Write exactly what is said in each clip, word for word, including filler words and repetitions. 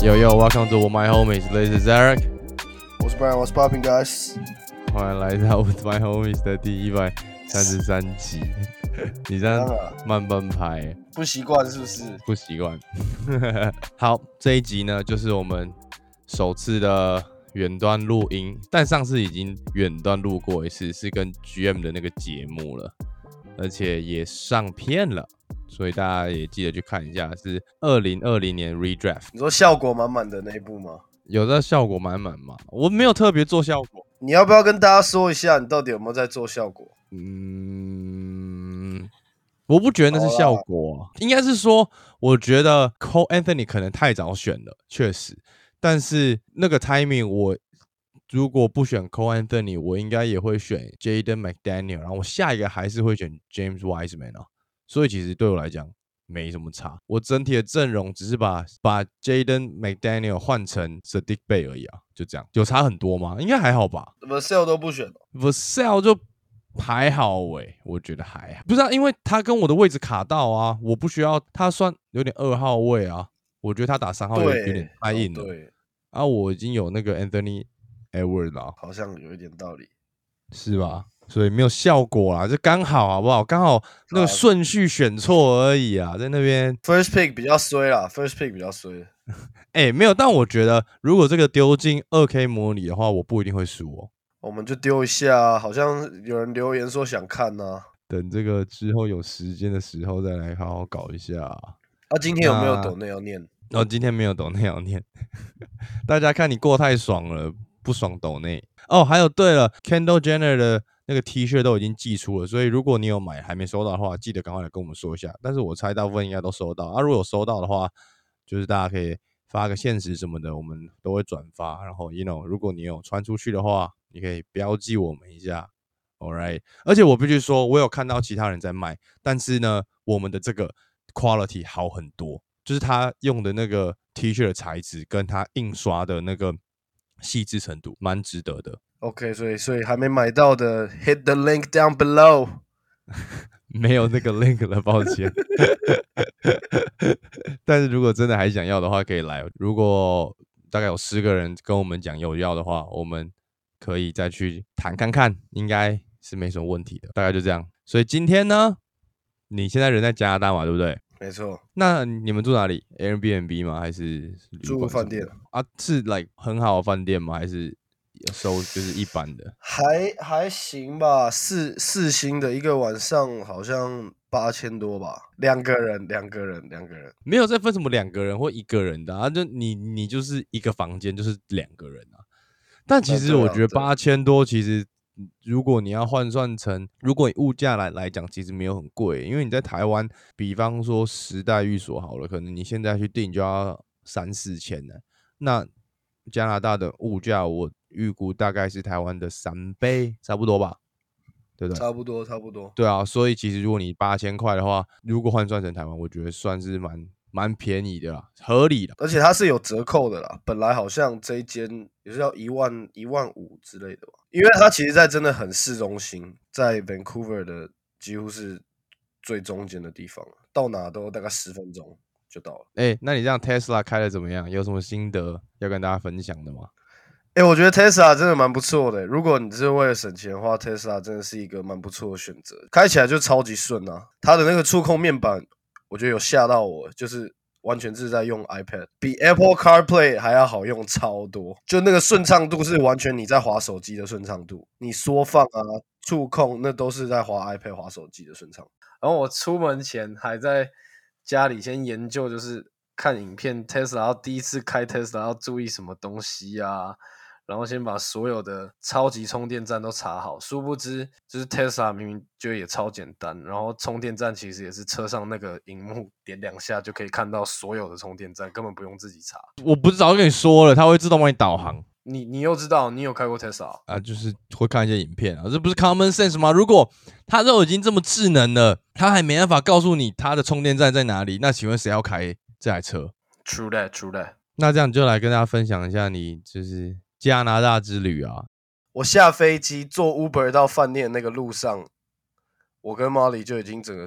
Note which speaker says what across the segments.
Speaker 1: Yo yo, welcome to my homies. This is Eric.
Speaker 2: What's Brian? What's popping, guys?
Speaker 1: 欢迎来到 With My Homies 的第一百三十三集。你这样慢半拍，
Speaker 2: 不习惯是不是？
Speaker 1: 不习惯。好，这一集呢，就是我们首次的远端录音，但上次已经远端录过一次，是跟 G M 的那个节目了，而且也上片了。所以大家也记得去看一下，是二零二零年 redraft。
Speaker 2: 你说效果满满的那一部吗？
Speaker 1: 有的效果满满吗？我没有特别做效果。
Speaker 2: 你要不要跟大家说一下，你到底有没有在做效果？
Speaker 1: 嗯，我不觉得那是效果、啊，应该是说，我觉得 Cole Anthony 可能太早选了，确实。但是那个 timing， 我如果不选 Cole Anthony， 我应该也会选 Jaden McDaniel， 然后我下一个还是会选 James Wiseman 啊。所以其实对我来讲没什么差，我整体的阵容只是把把 Jaden McDaniel 换成 Saddiq Bey 而已啊，就这样，有差很多吗？应该还好吧。
Speaker 2: Vassell 都不选
Speaker 1: Vassell 就还好喂、欸，我觉得还好，不是啊，因为他跟我的位置卡到啊，我不需要他算有点二号位啊，我觉得他打三号有有点太硬了。
Speaker 2: 哦、对
Speaker 1: 啊，我已经有那个 Anthony Edwards 了，
Speaker 2: 好像有一点道理，
Speaker 1: 是吧？所以没有效果啦，就刚好好不好？刚好那个顺序选错而已啊，在那边
Speaker 2: first pick 比较衰啦 ，first pick 比较衰。
Speaker 1: 哎、欸，没有，但我觉得如果这个丢进 二 K 模拟的话，我不一定会输哦。
Speaker 2: 我们就丢一下，好像有人留言说想看呢、啊。
Speaker 1: 等这个之后有时间的时候再来好好搞一下。
Speaker 2: 啊，今天有没有抖内要念？
Speaker 1: 哦，今天没有抖内要念，大家看你过太爽了，不爽抖内。哦，还有对了 ，Kendall Jenner 的那个 T 恤都已经寄出了，所以如果你有买还没收到的话，记得赶快来跟我们说一下。但是我猜大部分应该都收到啊，如果有收到的话，就是大家可以发个限时什么的，我们都会转发。然后 ，you know， 如果你有传出去的话，你可以标记我们一下 ，all right。而且我必须说，我有看到其他人在卖，但是呢，我们的这个 quality 好很多，就是他用的那个 T 恤的材质跟他印刷的那个细致程度，蛮值得的。
Speaker 2: OK， 所以所以还没买到的 ，hit the link down below。
Speaker 1: 没有那个 link 了，抱歉。但是如果真的还想要的话，可以来。如果大概有十个人跟我们讲有要的话，我们可以再去谈看看，应该是没什么问题的。大概就这样。所以今天呢，你现在人在加拿大嘛，对不对？
Speaker 2: 没错。
Speaker 1: 那你们住哪里 ？Airbnb 吗？还是
Speaker 2: 住饭店
Speaker 1: 啊？是 like 很好的饭店吗？还是收就是一般的？
Speaker 2: 还还行吧，四四星的一个晚上好像八千多吧，两个人，两个人，两个人，
Speaker 1: 没有再分什么两个人或一个人的啊，就你你就是一个房间就是两个人啊。但其实我觉得八千多，其实如果你要换算成，如果以物价来来讲，其实没有很贵，因为你在台湾，比方说时代寓所好了，可能你现在去订就要三四千呢。那加拿大的物价，我预估大概是台湾的三倍，差不多吧，对不对？
Speaker 2: 差不多，差不多。
Speaker 1: 对啊，所以其实如果你八千块的话，如果换算成台湾，我觉得算是蛮蛮便宜的啦，合理的。
Speaker 2: 而且它是有折扣的啦，本来好像这一间也是要一万一万五之类的吧，因为它其实在真的很市中心，在 Vancouver 的几乎是最中间的地方，到哪都大概十分钟就到了。
Speaker 1: 哎、欸，那你这样 Tesla 开的怎么样？有什么心得要跟大家分享的吗？
Speaker 2: 哎、欸，我觉得 Tesla 真的蛮不错的。如果你是为了省钱的话 ，Tesla 真的是一个蛮不错的选择，开起来就超级顺啊。它的那个触控面板，我觉得有吓到我，就是完全是在用 iPad， 比 Apple CarPlay 还要好用超多。就那个顺畅度是完全你在滑手机的顺畅度，你缩放啊、触控那都是在滑 iPad 滑手机的顺畅。然后我出门前还在家里先研究，就是看影片 Tesla 要第一次开 Tesla 要注意什么东西啊。然后先把所有的超级充电站都查好，殊不知就是 Tesla 明明就也超简单，然后充电站其实也是车上那个萤幕点两下就可以看到所有的充电站，根本不用自己查。
Speaker 1: 我不是早就跟你说了，它会自动帮你导航。
Speaker 2: 你你又知道，你有开过 Tesla
Speaker 1: 啊？就是会看一些影片啊，这不是 common sense 吗？如果它都已经这么智能了，它还没办法告诉你它的充电站在哪里，那请问谁要开这台车
Speaker 2: ？True that, true that。
Speaker 1: 那这样就来跟大家分享一下你就是加拿大之旅啊。
Speaker 2: 我下飞机坐 Uber 到饭店那个路上，我跟 Molly 就已经整个是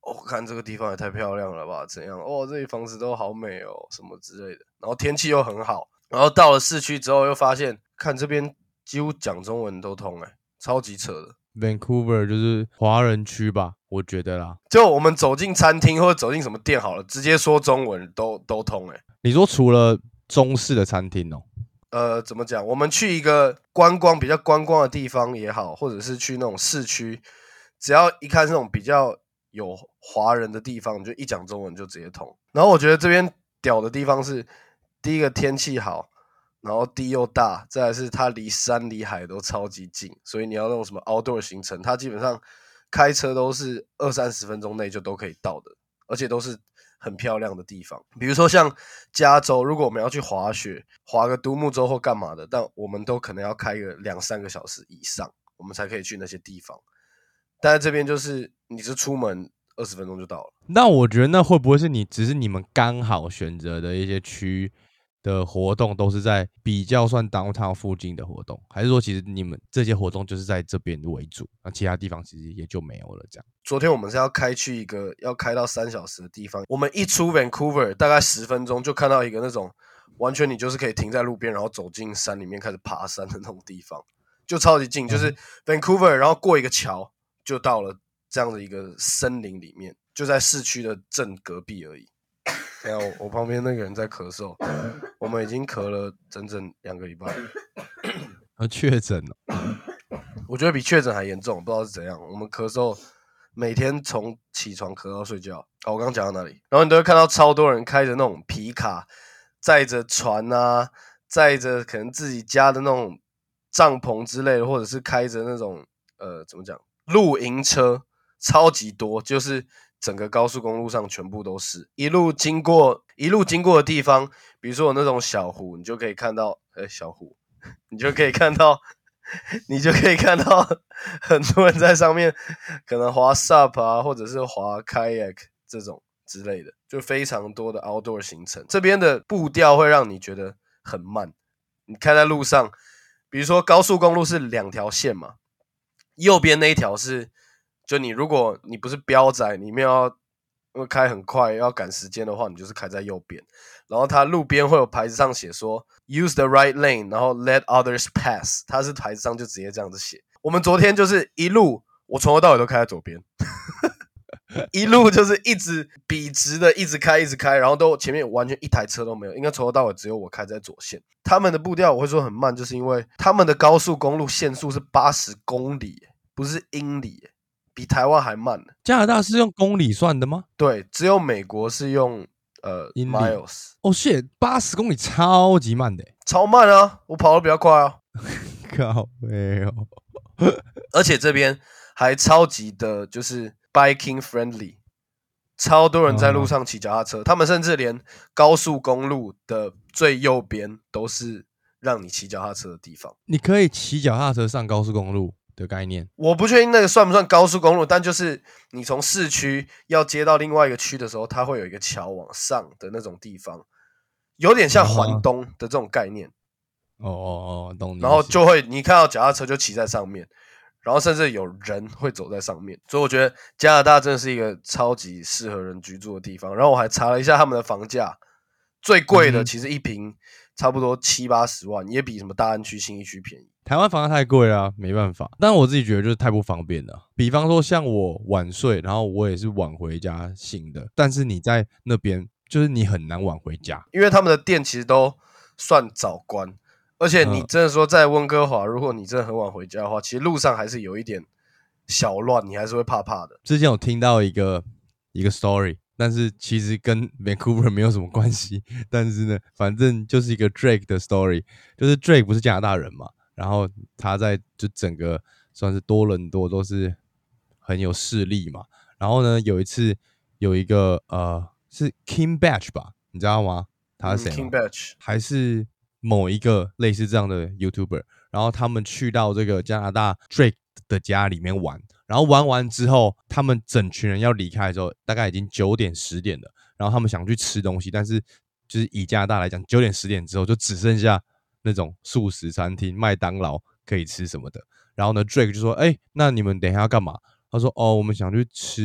Speaker 2: 哦，看这个地方也太漂亮了吧，怎样？哦，这里房子都好美哦，什么之类的。然后天气又很好，然后到了市区之后，又发现看这边几乎讲中文都通，哎，超级扯的。
Speaker 1: Vancouver 就是华人区吧，我觉得啦。
Speaker 2: 就我们走进餐厅或者走进什么店好了，直接说中文都都通，哎。
Speaker 1: 你说除了中式的餐厅哦？
Speaker 2: 呃，怎么讲？我们去一个观光比较观光的地方也好，或者是去那种市区，只要一看这种比较有华人的地方，你就一讲中文就直接通。然后我觉得这边屌的地方是，第一个天气好，然后地又大，再来是它离山离海都超级近，所以你要那种什么 outdoor 行程，它基本上开车都是二三十分钟内就都可以到的，而且都是很漂亮的地方。比如说像加州，如果我们要去滑雪，滑个独木舟或干嘛的，但我们都可能要开个两三个小时以上，我们才可以去那些地方。但在这边就是你是出门二十分钟就到了。
Speaker 1: 那我觉得那会不会是你只是你们刚好选择的一些区的活动都是在比较算 downtown 附近的活动，还是说其实你们这些活动就是在这边为主，那其他地方其实也就没有了这样？
Speaker 2: 昨天我们是要开去一个要开到三小时的地方，我们一出 Vancouver 大概十分钟就看到一个那种完全你就是可以停在路边，然后走进山里面开始爬山的那种地方，就超级近，就是 Vancouver 然后过一个桥就到了这样的一个森林里面，就在市区的正隔壁而已。等一下 我, 我旁边那个人在咳嗽，我们已经咳了整整两个礼拜。
Speaker 1: 啊，确诊了，
Speaker 2: 我觉得比确诊还严重，不知道是怎样。我们咳嗽每天从起床咳到睡觉。哦，我刚刚讲到哪里？然后你都会看到超多人开着那种皮卡，载着船啊，载着可能自己家的那种帐篷之类的，或者是开着那种呃怎么讲露营车，超级多，就是整个高速公路上全部都是，一路经过一路经过的地方，比如说有那种小湖，你就可以看到，哎，小湖，你就可以看到。你就可以看到很多人在上面可能滑 S U P 啊，或者是滑 Kayak 这种之类的，就非常多的 outdoor 行程。这边的步调会让你觉得很慢，你开在路上，比如说高速公路是两条线嘛，右边那一条是，就你如果你不是标仔，你没有要开很快要赶时间的话，你就是开在右边。然后它路边会有牌子上写说 use the right lane， 然后 let others pass， 它是牌子上就直接这样子写。我们昨天就是一路，我从头到尾都开在左边，一路就是一直笔直的一直开一直开，然后都前面完全一台车都没有，应该从头到尾只有我开在左线。他们的步调我会说很慢，就是因为他们的高速公路限速是八十公里，不是英里，比台湾还慢。
Speaker 1: 加拿大是用公里算的吗？
Speaker 2: 对，只有美国是用呃
Speaker 1: 英里
Speaker 2: miles。
Speaker 1: 哦，shit， 八十公里超级慢的，
Speaker 2: 超慢啊！我跑得比较快啊。
Speaker 1: 靠背哦。
Speaker 2: 而且这边还超级的，就是 biking friendly， 超多人在路上骑脚踏车，他们甚至连高速公路的最右边都是让你骑脚踏车的地方。
Speaker 1: 你可以骑脚踏车上高速公路的概念，
Speaker 2: 我不确定那个算不算高速公路，但就是你从市区要接到另外一个区的时候，它会有一个桥往上的那种地方，有点像环东的这种概念。
Speaker 1: 哦哦哦，懂你。
Speaker 2: 然后就会你看到脚踏车就骑在上面，然后甚至有人会走在上面，所以我觉得加拿大真的是一个超级适合人居住的地方。然后我还查了一下他们的房价，最贵的其实一坪差不多七八十万，也比什么大安区、信义区便宜。
Speaker 1: 台湾房价太贵了、啊，没办法。但我自己觉得就是太不方便了。比方说像我晚睡，然后我也是晚回家醒的，但是你在那边就是你很难晚回家，
Speaker 2: 因为他们的店其实都算早关。而且你真的说在温哥华，如果你真的很晚回家的话，其实路上还是有一点小乱，你还是会怕怕的。
Speaker 1: 之前有听到一个一个 story， 但是其实跟 Vancouver 没有什么关系。但是呢，反正就是一个 Drake 的 story， 就是 Drake 不是加拿大人嘛，然后他在就整个算是多伦多都是很有势力嘛。然后呢，有一次有一个呃是 Kim Batch 吧，你知道吗？他是谁吗、
Speaker 2: 嗯、？Kim Batch
Speaker 1: 还是某一个类似这样的 YouTuber， 然后他们去到这个加拿大 Drake 的家里面玩，然后玩完之后，他们整群人要离开的时候，大概已经九点十点了，然后他们想去吃东西，但是就是以加拿大来讲，九点十点之后就只剩下那种素食餐厅、麦当劳可以吃什么的。然后呢 ，Drake 就说：“哎、欸，那你们等一下要干嘛？”他说：“哦，我们想去吃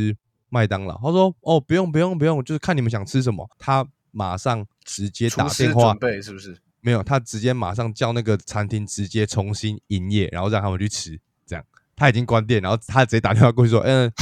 Speaker 1: 麦当劳，他说哦不用不用不用，就是看你们想吃什么，他马上直接打电话
Speaker 2: 准备是不是？
Speaker 1: 没有，他直接马上叫那个餐厅直接重新营业，然后让他们去吃，这样他已经关店，然后他直接打电话过去说，嗯，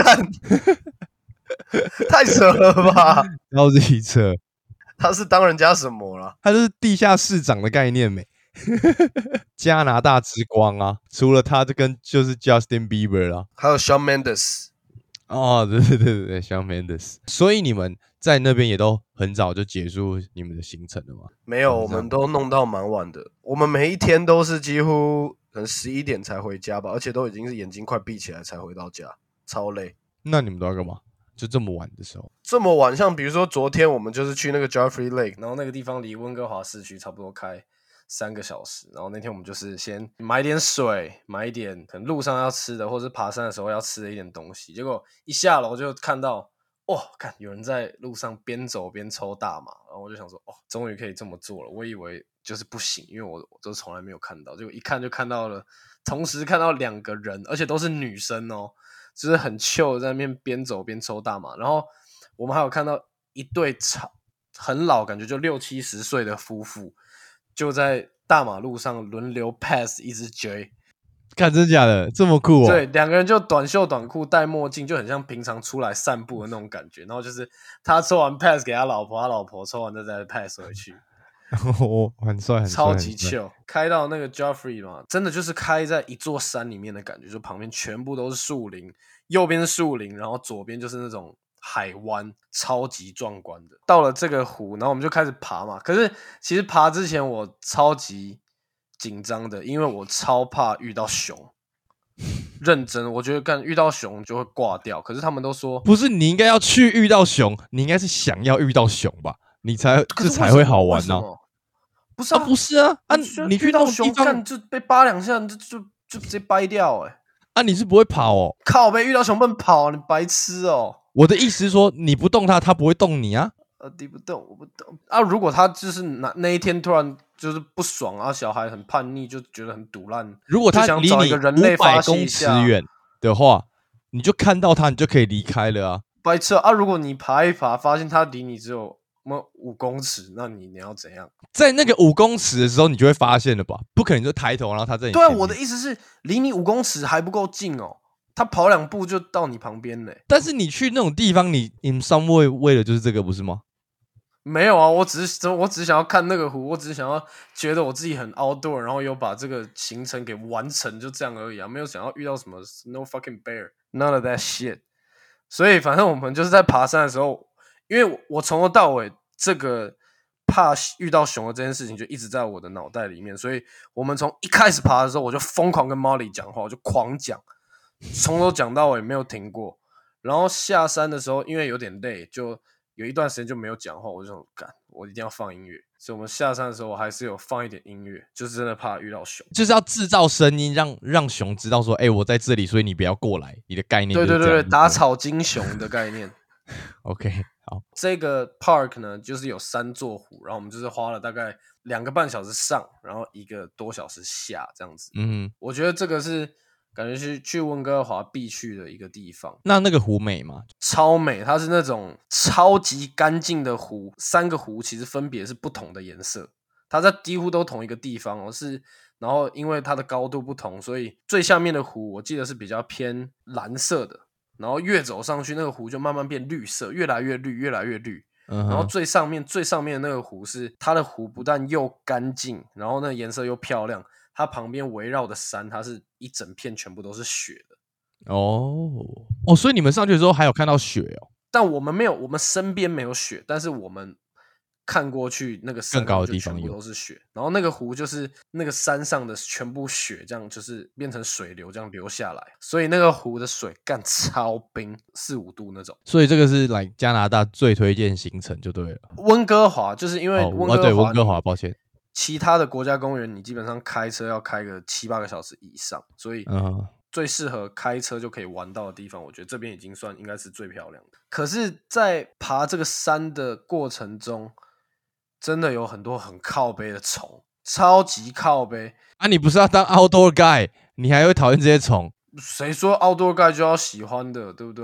Speaker 2: 太扯了吧，
Speaker 1: 然后自己扯，
Speaker 2: 他是当人家什么了？
Speaker 1: 他就是地下市长的概念没。加拿大之光啊，除了他，就跟就是 Justin Bieber 啦，
Speaker 2: 还有 Shawn Mendes。
Speaker 1: 哦，对对对对 ，Shawn Mendes。所以你们在那边也都很早就结束你们的行程了吗？
Speaker 2: 没有，我们都弄到蛮晚的。我们每一天都是几乎可能十一点才回家吧，而且都已经是眼睛快闭起来才回到家，超累。
Speaker 1: 那你们都要干嘛？就这么晚的时候？
Speaker 2: 这么晚，像比如说昨天我们就是去那个 Joffrey Lake， 然后那个地方离温哥华市区差不多开三个小时，然后那天我们就是先买点水，买一点可能路上要吃的，或是爬山的时候要吃的一点东西。结果一下楼就看到，哇，看有人在路上边走边抽大麻，然后我就想说，哦，终于可以这么做了。我以为就是不行，因为我我都从来没有看到，结果一看就看到了，同时看到两个人，而且都是女生哦，就是很 chill 在那边边走边抽大麻。然后我们还有看到一对超很老，感觉就六七十岁的夫妇。就在大马路上轮流 pass 一只 J，
Speaker 1: 看真假的这么酷哦？
Speaker 2: 对，两个人就短袖短裤戴墨镜，就很像平常出来散步的那种感觉。然后就是他抽完 pass 给他老婆，他老婆抽完再 pass 回去，
Speaker 1: 哦，很帅，很帅，
Speaker 2: 超级 chill。开到那个 Joffrey 嘛，真的就是开在一座山里面的感觉，就旁边全部都是树林，右边是树林，然后左边就是那种海湾，超级壮观的。到了这个湖，然后我们就开始爬嘛。可是其实爬之前我超级紧张的，因为我超怕遇到熊。认真，我觉得干遇到熊就会挂掉。可是他们都说，
Speaker 1: 不是你应该要去遇到熊，你应该是想要遇到熊吧，你才这才会好玩呢、啊。
Speaker 2: 不是啊，
Speaker 1: 啊不是啊，啊你去
Speaker 2: 到
Speaker 1: 熊
Speaker 2: 干就被扒两下，就就就直接掰掉哎、欸。
Speaker 1: 啊，你是不会跑哦？
Speaker 2: 靠呗，遇到熊不能跑，你白痴哦！
Speaker 1: 我的意思是说，你不动它，它不会动你啊。
Speaker 2: 呃，你不动，我不动啊。如果他就是那那一天突然就是不爽啊，小孩很叛逆，就觉得很毒烂。
Speaker 1: 如果他离你五百公尺远的话，你就看到他，你就可以离开了啊。
Speaker 2: 白痴啊！如果你爬一爬，发现他离你只有五公尺，那你你要怎样？
Speaker 1: 在那个五公尺的时候，你就会发现了吧？不可能就抬头，然后他在你。
Speaker 2: 对啊，我的意思是，离你五公尺还不够近哦。他跑两步就到你旁边嘞。
Speaker 1: 但是你去那种地方，你 in some way 为了就是这个，不是吗？
Speaker 2: 没有啊，我只是我只是想要看那个湖，我只是想要觉得我自己很 outdoor， 然后有把这个行程给完成，就这样而已啊，没有想要遇到什么 no fucking bear，none of that shit。所以反正我们就是在爬山的时候，因为我从头到尾这个怕遇到熊的这件事情就一直在我的脑袋里面，所以我们从一开始爬的时候，我就疯狂跟 Molly 讲话，我就狂讲，从头讲到尾没有停过。然后下山的时候，因为有点累，就有一段时间就没有讲话，我就想干，我一定要放音乐。所以我们下山的时候，我还是有放一点音乐，就是真的怕遇到熊，
Speaker 1: 就是要制造声音，让让熊知道说，哎、欸，我在这里，所以你不要过来。你的概念就是这样，
Speaker 2: 对对对对，打草惊熊的概念。
Speaker 1: OK， 好，
Speaker 2: 这个 park 呢，就是有三座湖，然后我们就是花了大概两个半小时上，然后一个多小时下，这样子。
Speaker 1: 嗯，
Speaker 2: 我觉得这个是感觉是去温哥华必去的一个地方。
Speaker 1: 那那个湖美吗？
Speaker 2: 超美，它是那种超级干净的湖，三个湖其实分别是不同的颜色，它在几乎都同一个地方哦，是。然后因为它的高度不同，所以最下面的湖我记得是比较偏蓝色的。然后越走上去，那个湖就慢慢变绿色，越来越绿，越来越绿。
Speaker 1: 嗯、
Speaker 2: 然后最上面最上面的那个湖是它的湖不但又干净，然后那个颜色又漂亮，它旁边围绕的山，它是一整片全部都是雪的。
Speaker 1: 哦哦，所以你们上去的时候还有看到雪哦？
Speaker 2: 但我们没有，我们身边没有雪，但是我们看过去那个山
Speaker 1: 更高的地方
Speaker 2: 全部都是雪，然后那个湖就是那个山上的全部雪，这样就是变成水流这样流下来，所以那个湖的水干超冰，四五度那种。
Speaker 1: 所以这个是来加拿大最推荐行程就对了。
Speaker 2: 温哥华就是因为温哥华、哦，
Speaker 1: 对温哥华，抱歉，
Speaker 2: 其他的国家公园你基本上开车要开个七八个小时以上，所以
Speaker 1: 嗯。
Speaker 2: 最适合开车就可以玩到的地方，我觉得这边已经算应该是最漂亮的。可是，在爬这个山的过程中，真的有很多很靠北的虫，超级靠北
Speaker 1: 啊！你不是要当 outdoor guy， 你还会讨厌这些虫？
Speaker 2: 谁说 outdoor guy 就要喜欢的，对不对？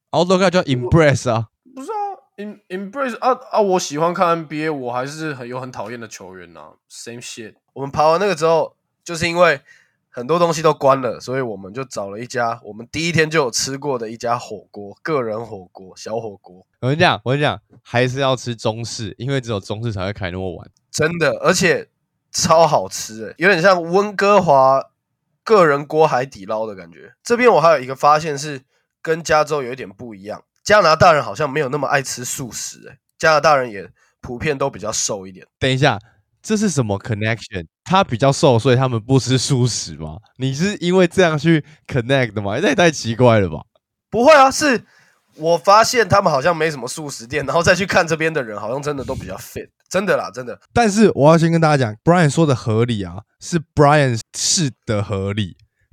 Speaker 1: outdoor guy 叫 embrace 啊。
Speaker 2: 不是啊 ，em embrace 啊啊！我喜欢看 N B A， 我还是很有很讨厌的球员呐、啊。Same shit。我们爬完那个之后，就是因为很多东西都关了，所以我们就找了一家我们第一天就有吃过的一家火锅，个人火锅，小火锅。
Speaker 1: 我跟你讲，我跟你讲，还是要吃中式，因为只有中式才会开那么晚。
Speaker 2: 真的，而且超好吃诶，有点像温哥华个人锅海底捞的感觉。这边我还有一个发现是跟加州有一点不一样，加拿大人好像没有那么爱吃素食诶，加拿大人也普遍都比较瘦一点。
Speaker 1: 等一下，这是什么 connection？ 他比较瘦，所以他们不吃素食吗？你是因为这样去 connect 的吗？这也太奇怪了吧！
Speaker 2: 不会啊，是我发现他们好像没什么素食店，然后再去看这边的人，好像真的都比较 fit， 真的啦，真的。
Speaker 1: 但是我要先跟大家讲 ，Brian 说的合理啊，是 Brian 是的合理，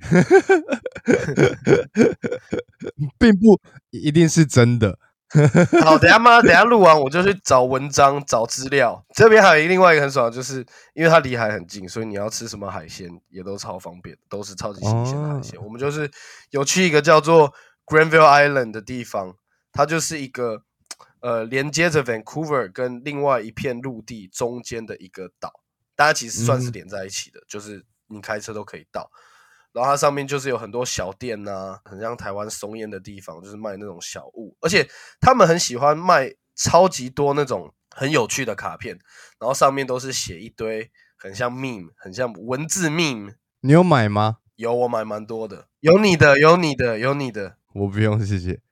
Speaker 1: 并不一定是真的。
Speaker 2: 好，等一下妈，等一下录完我就去找文章、找资料。这边还有另外一个很爽的，就是因为它离海很近，所以你要吃什么海鲜也都超方便，都是超级新鲜的海鲜。哦、我们就是有去一个叫做 Granville Island 的地方，它就是一个呃连接着 Vancouver 跟另外一片陆地中间的一个岛，大家其实算是连在一起的，嗯、就是你开车都可以到。然后它上面就是有很多小店呐、啊，很像台湾松烟的地方，就是卖那种小物，而且他们很喜欢卖超级多那种很有趣的卡片，然后上面都是写一堆很像 meme， 很像文字 meme。
Speaker 1: 你有买吗？
Speaker 2: 有，我买蛮多的。有你的，有你的，有你的。
Speaker 1: 我不用，谢谢。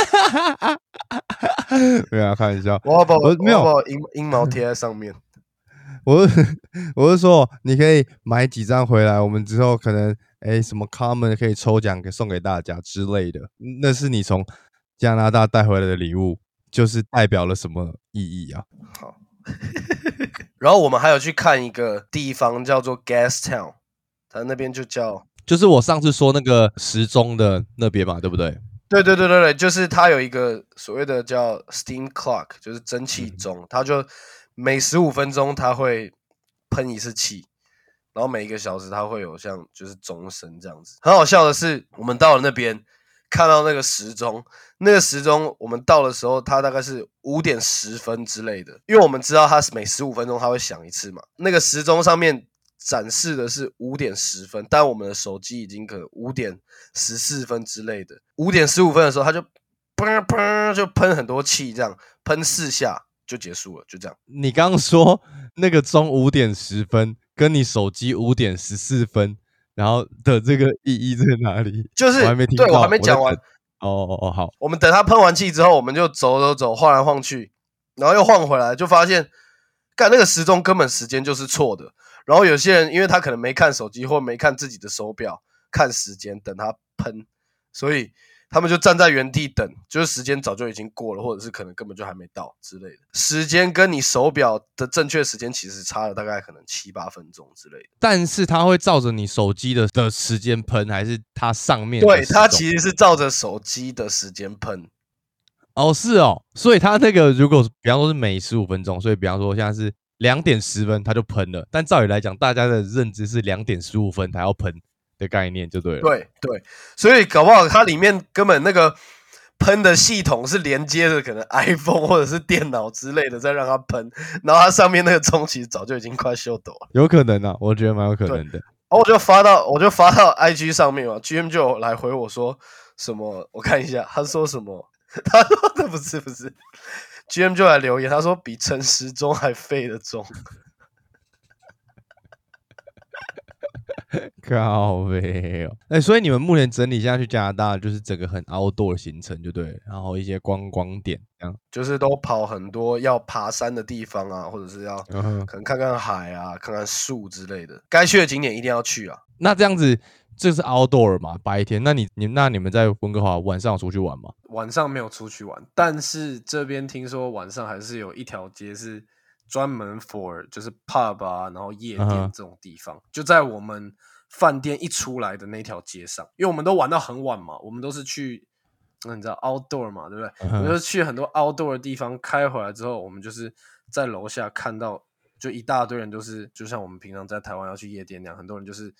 Speaker 1: 没有、啊、开玩笑，
Speaker 2: 我要把我
Speaker 1: 没有
Speaker 2: 把阴阴毛贴在上面。
Speaker 1: 我是我是说，你可以买几张回来，我们之后可能哎什么 common 可以抽奖给送给大家之类的。那是你从加拿大带回来的礼物，就是代表了什么意义啊？
Speaker 2: 好，然后我们还有去看一个地方叫做 Gastown， 它那边就叫，
Speaker 1: 就是我上次说那个时钟的那边嘛，对不对？
Speaker 2: 对对对对对，就是它有一个所谓的叫 steam clock， 就是蒸汽钟，嗯、它就每十五分钟它会喷一次气，然后每一个小时它会有像就是钟声这样子。很好笑的是，我们到了那边看到那个时钟，那个时钟我们到的时候，它大概是五点十分之类的，因为我们知道它是每十五分钟它会响一次嘛。那个时钟上面展示的是五点十分，但我们的手机已经可能五点十四分之类的。五点十五分的时候，它就砰砰就喷很多气，这样喷四下就结束了，就这样。
Speaker 1: 你刚刚说那个钟五点十分，跟你手机五点十四分，然后的这个意义在哪里？
Speaker 2: 就是
Speaker 1: 我还没听到，
Speaker 2: 对我还没讲完。
Speaker 1: 哦哦哦，好。
Speaker 2: 我们等它喷完气之后，我们就走走走，晃来晃去，然后又晃回来，就发现，干那个时钟根本时间就是错的。然后有些人因为他可能没看手机或没看自己的手表看时间，等它喷，所以他们就站在原地等，就是时间早就已经过了，或者是可能根本就还没到之类的。时间跟你手表的正确时间其实差了大概可能七八分钟之类的。
Speaker 1: 但是它会照着你手机的的时间喷，还是它上面的？
Speaker 2: 对，它其实是照着手机的时间喷。
Speaker 1: 哦，是哦，所以它那个如果比方说是每十五分钟，所以比方说现在是两点十分，它就喷了。但照理来讲，大家的认知是两点十五分它要喷的概念就对了。
Speaker 2: 对对，所以搞不好它里面根本那个喷的系统是连接着可能 iPhone 或者是电脑之类的，再让它喷，然后它上面那个钟其实早就已经快秀抖了。
Speaker 1: 有可能啊，我觉得蛮有可能的。
Speaker 2: 然后我就发到我就发到 I G 上面嘛 ，G M 就来回我说什么，我看一下，他说什么。他说的不是不是 ，G M 就来留言，他说比陈时中还废的钟，
Speaker 1: 靠北哦！哎、欸，所以你们目前整理下去加拿大，就是整个很 outdoor 的行程，就对了，然后一些观光点，这样
Speaker 2: 就是都跑很多要爬山的地方啊，或者是要可能看看海啊，看看树之类的，该去的景点一定要去啊。
Speaker 1: 那这样子。这是 outdoor 嘛，白天。那你你那你们在温哥华晚上有出去玩吗？
Speaker 2: 晚上没有出去玩，但是这边听说晚上还是有一条街是专门 for 就是 pub 啊，然后夜店这种地方， uh-huh. 就在我们饭店一出来的那条街上。因为我们都玩到很晚嘛，我们都是去，你知道 outdoor 嘛，对不对？ Uh-huh. 我们就去很多 outdoor 的地方，开回来之后，我们就是在楼下看到，就一大堆人都是，就像我们平常在台湾要去夜店那样，很多人就是。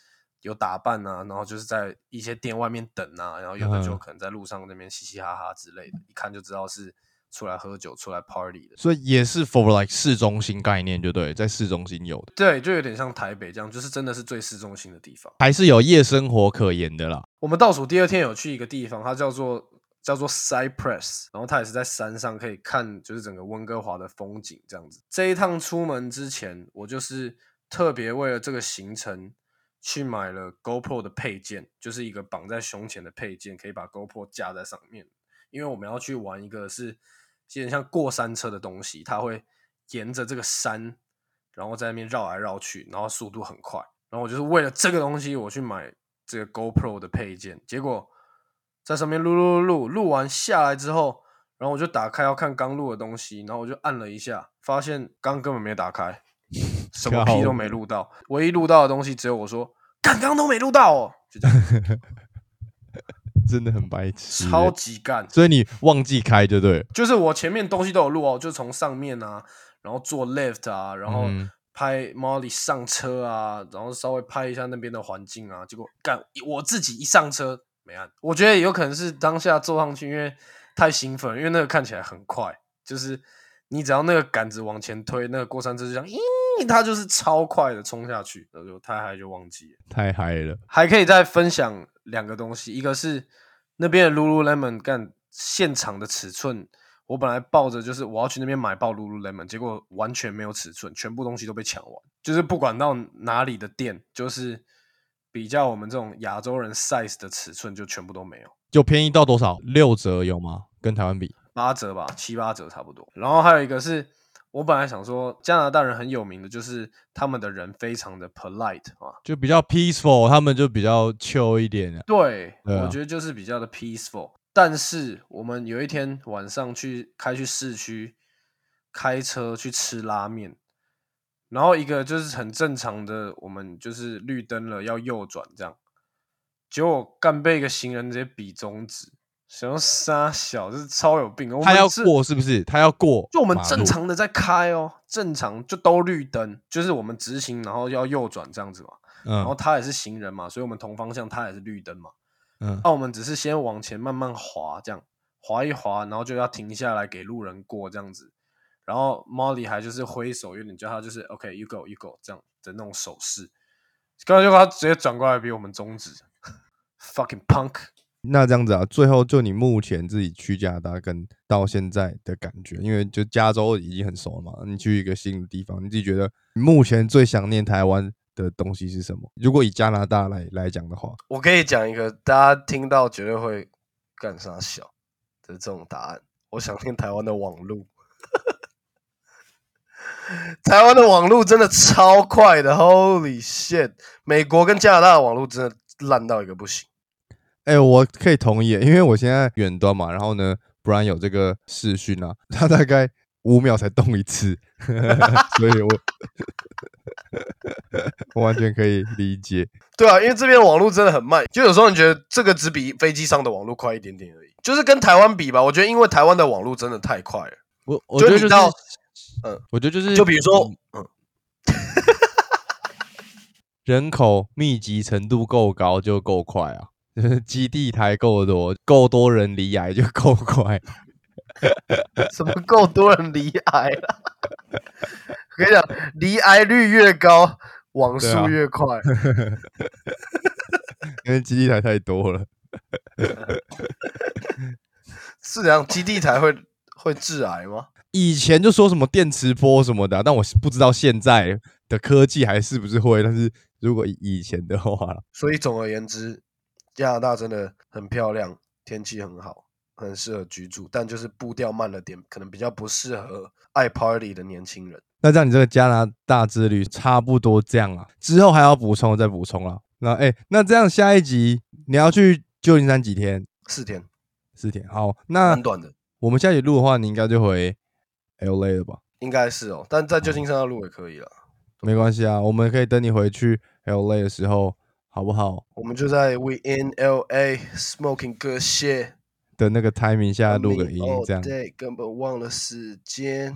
Speaker 3: 有打扮啊，然后就是在一些店外面等啊，然后有的就可能在路上那边嘻嘻哈哈之类的，一看就知道是出来喝酒、出来 party 的。
Speaker 1: 所以也是 for like 市中心概念，就对，在市中心有的。
Speaker 3: 对，就有点像台北这样，就是真的是最市中心的地方，
Speaker 1: 还是有夜生活可言的啦。
Speaker 3: 我们倒数第二天有去一个地方，它叫做叫做 Cypress， 然后它也是在山上可以看就是整个温哥华的风景这样子。这一趟出门之前，我就是特别为了这个行程去买了 GoPro 的配件，就是一个绑在胸前的配件，可以把 GoPro 架在上面。因为我们要去玩一个是有点像过山车的东西，它会沿着这个山，然后在那边绕来绕去，然后速度很快。然后我就是为了这个东西，我去买这个 GoPro 的配件，结果在上面录录录录完下来之后，然后我就打开要看刚录的东西，然后我就按了一下，发现刚根本没打开，什么屁都没录到，唯一录到的东西只有我说干刚都没录到哦，就这样。
Speaker 1: 真的很白痴，
Speaker 3: 超级干，
Speaker 1: 所以你忘记开就对了。
Speaker 3: 就是我前面东西都有录哦，就从上面啊，然后做 lift 啊，然后拍 Molly 上车啊，然后稍微拍一下那边的环境啊，结果干我自己一上车没按，我觉得有可能是当下坐上去，因为太兴奋了，因为那个看起来很快，就是你只要那个杆子往前推，那个过山车就这样，咦，它就是超快的冲下去，然后就太嗨就忘记了，
Speaker 1: 太嗨了。
Speaker 3: 还可以再分享两个东西，一个是那边的 Lululemon 干现场的尺寸，我本来抱着就是我要去那边买爆 Lululemon， 结果完全没有尺寸，全部东西都被抢完，就是不管到哪里的店，就是比较我们这种亚洲人 size 的尺寸就全部都没有。
Speaker 1: 就便宜到多少？六折有吗？跟台湾比？
Speaker 3: 八折吧，七八折差不多。然后还有一个是我本来想说加拿大人很有名的就是他们的人非常的 polite 啊，
Speaker 1: 就比较 peaceful， 他们就比较 chill 一点。
Speaker 3: 对，
Speaker 1: 对啊，
Speaker 3: 我觉得就是比较的 peaceful。但是我们有一天晚上去开去市区开车去吃拉面，然后一个就是很正常的，我们就是绿灯了要右转这样，结果干被一个行人直接比中指，想要杀小，就是超有病。
Speaker 1: 他要过是不是？他要过，
Speaker 3: 就我们正常的在开哦，正常就都绿灯，就是我们直行，然后要右转这样子嘛。嗯、然后他也是行人嘛，所以我们同方向，他也是绿灯嘛。嗯，那、啊、我们只是先往前慢慢滑，这样滑一滑，然后就要停下来给路人过这样子。然后 Molly 还就是挥手，有点叫他就是 OK you go you go 这样的那种手势。刚才就他直接转过来比我们中指 ，fucking punk。
Speaker 1: 那这样子啊，最后就你目前自己去加拿大跟到现在的感觉，因为就加州已经很熟了嘛，你去一个新的地方，你自己觉得目前最想念台湾的东西是什么？如果以加拿大来来讲的话，
Speaker 2: 我可以讲一个大家听到绝对会干啥小的这种答案。我想念台湾的网路，台湾的网路真的超快的 ，Holy shit！ 美国跟加拿大的网路真的烂到一个不行。
Speaker 1: 哎、欸，我可以同意，因为我现在远端嘛，然后呢 ，Brian 有这个视讯啊，他大概五秒才动一次，所以我我完全可以理解。
Speaker 2: 对啊，因为这边网络真的很慢，就有时候你觉得这个只比飞机上的网络快一点点而已，就是跟台湾比吧。我觉得因为台湾的网络真的太快了，
Speaker 1: 我我觉得就是，
Speaker 2: 嗯，
Speaker 1: 我觉得就是，
Speaker 2: 就比如说，嗯，
Speaker 1: 人口密集程度够高就够快啊。基地台够多，够多人离癌就够快。
Speaker 2: 什么够多人离癌了？我跟你讲，离癌率越高，网速越快。
Speaker 1: 因为基地台太多了。
Speaker 2: 是这样，基地台会会致癌吗？
Speaker 1: 以前就说什么电磁波什么的、啊，但我不知道现在的科技还是不是会。但是如果以前的话，
Speaker 2: 所以总而言之。加拿大真的很漂亮，天气很好，很适合居住，但就是步调慢了点，可能比较不适合爱 party 的年轻人。
Speaker 1: 那这样你这个加拿大之旅差不多这样啊，之后还要补充再补充啦。那哎、欸，那这样下一集你要去旧金山几天？
Speaker 2: 四天，
Speaker 1: 四天。好，那
Speaker 2: 蛮短的。
Speaker 1: 我们下一集录的话，你应该就回 L A 了吧？
Speaker 2: 应该是哦，但在旧金山要录也可以了。
Speaker 1: 没关系啊，我们可以等你回去 L A 的时候。好不好？
Speaker 2: 我们就在 We in L A smoking good shit
Speaker 1: 的那个 timing 下录个音，这样。
Speaker 2: 对，根本忘了时间。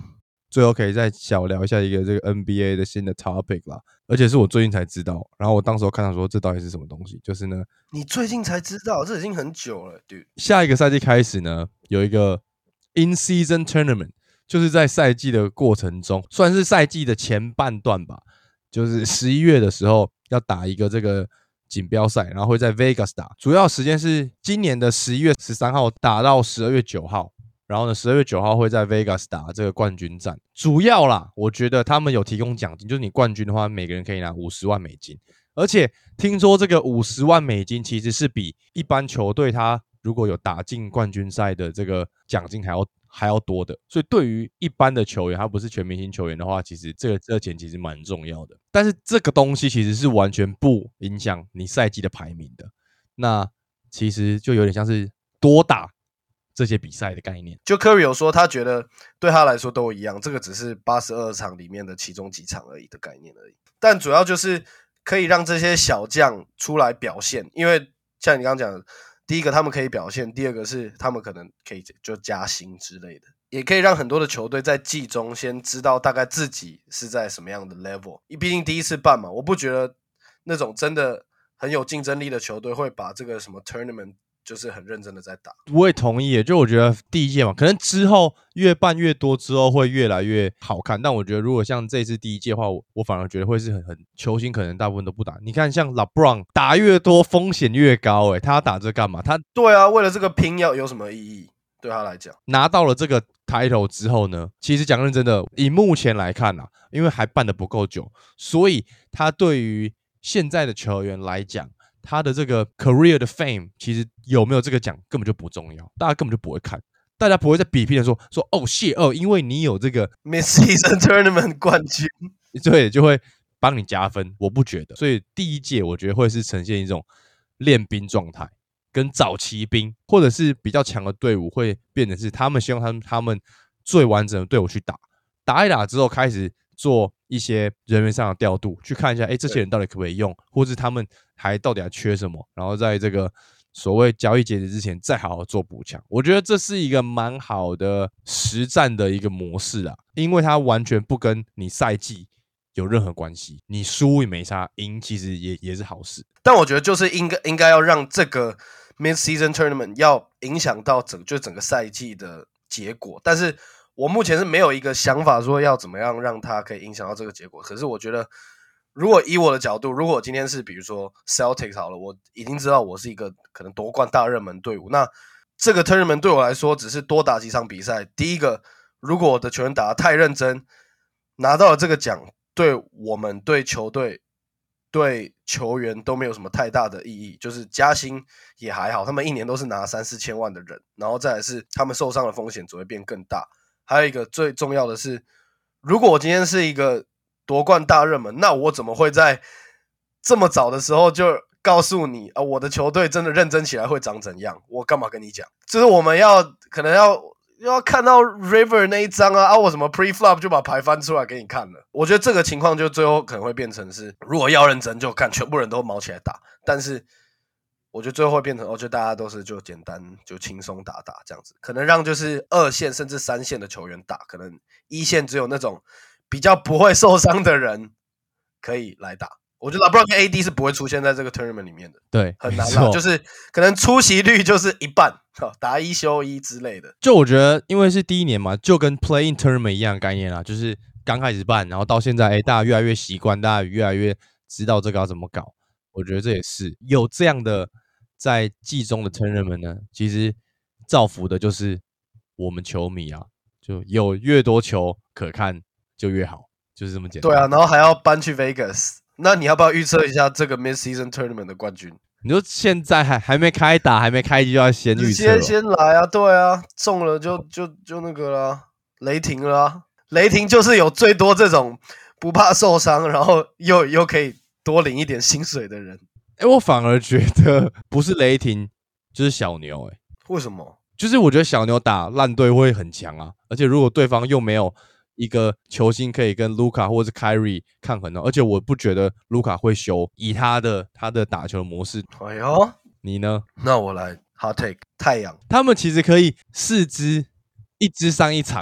Speaker 1: 最后可以再小聊一下一个这个 N B A 的新的 topic 啦，而且是我最近才知道，然后我当时候看到说这到底是什么东西，就是呢，
Speaker 2: 你最近才知道，这已经很久了 ，dude。
Speaker 1: 下一个赛季开始呢，有一个 in season tournament， 就是在赛季的过程中，算是赛季的前半段吧，就是十一月的时候要打一个这个锦标赛，然后会在 Vegas 打，主要时间是今年的十一月十三号打到十二月九号。然后呢，十二月九号会在 Vegas 打这个冠军战。主要啦，我觉得他们有提供奖金，就是你冠军的话，每个人可以拿五十万美金。而且听说这个五十万美金其实是比一般球队他如果有打进冠军赛的这个奖金还要还要多的。所以对于一般的球员，他不是全明星球员的话，其实这个这个钱其实蛮重要的。但是这个东西其实是完全不影响你赛季的排名的。那其实就有点像是多打这些比赛的概念。
Speaker 2: 就 Curry 有说，他觉得对他来说都一样，这个只是八十二场里面的其中几场而已的概念而已。但主要就是可以让这些小将出来表现，因为像你刚刚讲的，第一个他们可以表现，第二个是他们可能可以就加薪之类的，也可以让很多的球队在季中先知道大概自己是在什么样的 level。毕竟第一次办嘛，我不觉得那种真的很有竞争力的球队会把这个什么 tournament就是很认真的在打。
Speaker 1: 我也同意耶，就我觉得第一届嘛，可能之后越办越多，之后会越来越好看。但我觉得如果像这次第一届的话，我我反而觉得会是很很球星可能大部分都不打。你看像 LeBron 打越多风险越高，诶，他打这干嘛？他
Speaker 2: 对啊，为了这个拼要有什么意义？对他来讲，
Speaker 1: 拿到了这个 title 之后呢，其实讲认真的，以目前来看啊，因为还办得不够久，所以他对于现在的球员来讲，他的这个 career 的 fame 其实有没有这个奖根本就不重要，大家根本就不会看，大家不会在比拼的说说哦谢哦，因为你有这个
Speaker 2: Mid-season tournament 冠军，
Speaker 1: 对，就会帮你加分。我不觉得，所以第一届我觉得会是呈现一种练兵状态，跟早期兵或者是比较强的队伍会变成是他们希望他们他们最完整的队伍去打，打一打之后开始做一些人员上的调度，去看一下，哎，这些人到底可不可以用，或是他们还到底还缺什么，然后在这个所谓交易截止之前再好好做补强。我觉得这是一个蛮好的实战的一个模式啊，因为它完全不跟你赛季有任何关系，你输也没差，赢其实也也是好事。
Speaker 2: 但我觉得就是应该应该要让这个 Mid-season tournament 要影响到整就整个赛季的结果，但是我目前是没有一个想法说要怎么样让它可以影响到这个结果。可是我觉得，如果以我的角度，如果我今天是比如说 Celtics 好了，我已经知道我是一个可能夺冠大热门队伍，那这个 tournament 对我来说只是多打几场比赛。第一个，如果我的球员打得太认真，拿到了这个奖，对我们对球队对球员都没有什么太大的意义，就是加薪也还好，他们一年都是拿三四千万的人，然后再来是他们受伤的风险只会变更大。还有一个最重要的是，如果我今天是一个夺冠大热门，那我怎么会在这么早的时候就告诉你啊，我的球队真的认真起来会长怎样？我干嘛跟你讲？就是我们要可能要要看到 River 那一张啊，啊，我什么 pre-flop 就把牌翻出来给你看了。我觉得这个情况就最后可能会变成是，如果要认真就看全部人都毛起来打，但是我觉得最后会变成，哦，就大家都是就简单就轻松打打这样子，可能让就是二线甚至三线的球员打，可能一线只有那种比较不会受伤的人可以来打。我觉得 LeBron 跟 A D 是不会出现在这个 tournament 里面的，
Speaker 1: 对，
Speaker 2: 很难啦，就是可能出席率就是一半，打一休一之类的。
Speaker 1: 就我觉得，因为是第一年嘛，就跟 Play-in tournament 一样的概念啦，就是刚开始办，然后到现在，哎，大家越来越习惯，大家越来越知道这个要怎么搞。我觉得这也是有这样的在季中的 tournament 呢，其实造福的就是我们球迷啊，就有越多球可看就越好，就是这么简单。
Speaker 2: 对啊，然后还要搬去 Vegas， 那你要不要预测一下这个 Mid-season tournament 的冠军？
Speaker 1: 你说现在还还没开打，还没开机就要先预测，
Speaker 2: 先先来啊，对啊，中了就就就那个啦，雷霆了啊，雷霆就是有最多这种不怕受伤，然后又又可以多领一点薪水的人。
Speaker 1: 哎，我反而觉得不是雷霆就是小牛，哎，
Speaker 2: 为什么？
Speaker 1: 就是我觉得小牛打烂队会很强啊，而且如果对方又没有一个球星可以跟卢卡或是 Kyrie 抗衡的，而且我不觉得卢卡会修，以他的他的打球的模式。
Speaker 2: 哎呦，
Speaker 1: 你呢？
Speaker 2: 那我来 hot take 太阳，
Speaker 1: 他们其实可以四支一支上一场啊，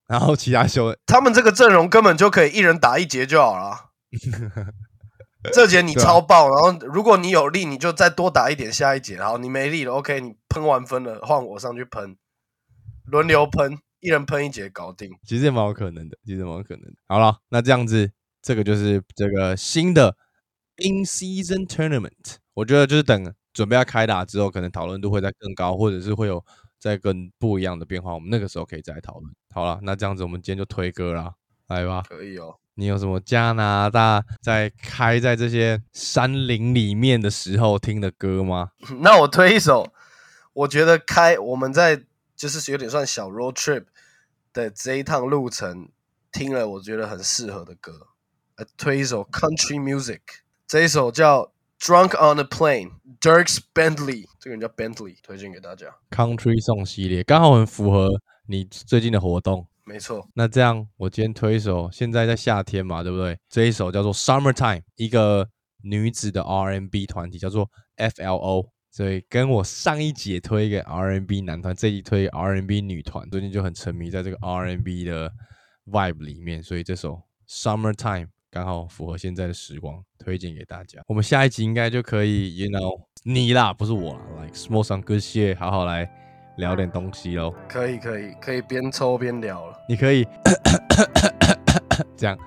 Speaker 1: 然后其他休。
Speaker 2: 他们这个阵容根本就可以一人打一节就好了。这节你超爆，啊、然后如果你有力，你就再多打一点下一节。好，你没力了 ，OK， 你喷完分了，换我上去喷，轮流喷，一人喷一节搞定。
Speaker 1: 其实也蛮有可能的，其实蛮有可能的。好了，那这样子，这个就是这个新的 in season tournament。我觉得就是等准备要开打之后，可能讨论度会再更高，或者是会有再更不一样的变化。我们那个时候可以再讨论。好了，那这样子我们今天就推歌啦，来吧。
Speaker 2: 可以哦。
Speaker 1: 你有什么加拿大在开在这些山林里面的时候听的歌吗？
Speaker 2: 那我推一首，我觉得开我们在就是有点算小 road trip 的这一趟路程听了，我觉得很适合的歌。呃，推一首 country music， 这一首叫 Drunk on a Plane Dierks Bentley， 这个人叫 Bentley， 推荐给大家。
Speaker 1: Country Song 系列刚好很符合你最近的活动。
Speaker 2: 没错，
Speaker 1: 那这样我今天推一首，现在在夏天嘛，对不对？这一首叫做 Summertime， 一个女子的 R and B 团体叫做 F L O， 所以跟我上一集也推一个 R and B 男团，这一集推 R and B 女团，最近就很沉迷在这个 R and B 的 vibe 里面，所以这首 Summertime 刚好符合现在的时光，推荐给大家。我们下一集应该就可以 ，you know， 你啦，不是我啦 ，like smoke some good shit， 好好来聊点东西咯。
Speaker 2: 可以可以可以边抽边聊了。
Speaker 1: 你可以这样，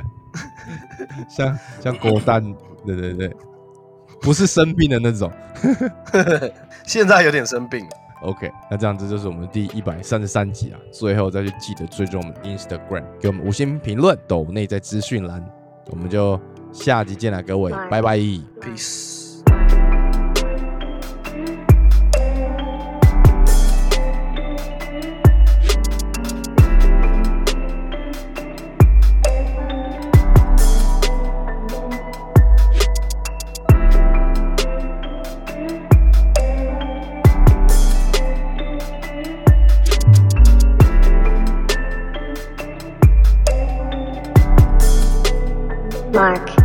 Speaker 1: 像像国蛋，对对对，不是生病的那种。
Speaker 2: 现在有点生病了。
Speaker 1: OK， 那这样子就是我们第一百三十三集啊。最后再去记得追踪我们 Instagram， 给我们五星评论，抖内在资讯栏。我们就下集见啦，各位，拜拜
Speaker 2: ，Peace。
Speaker 4: Mark.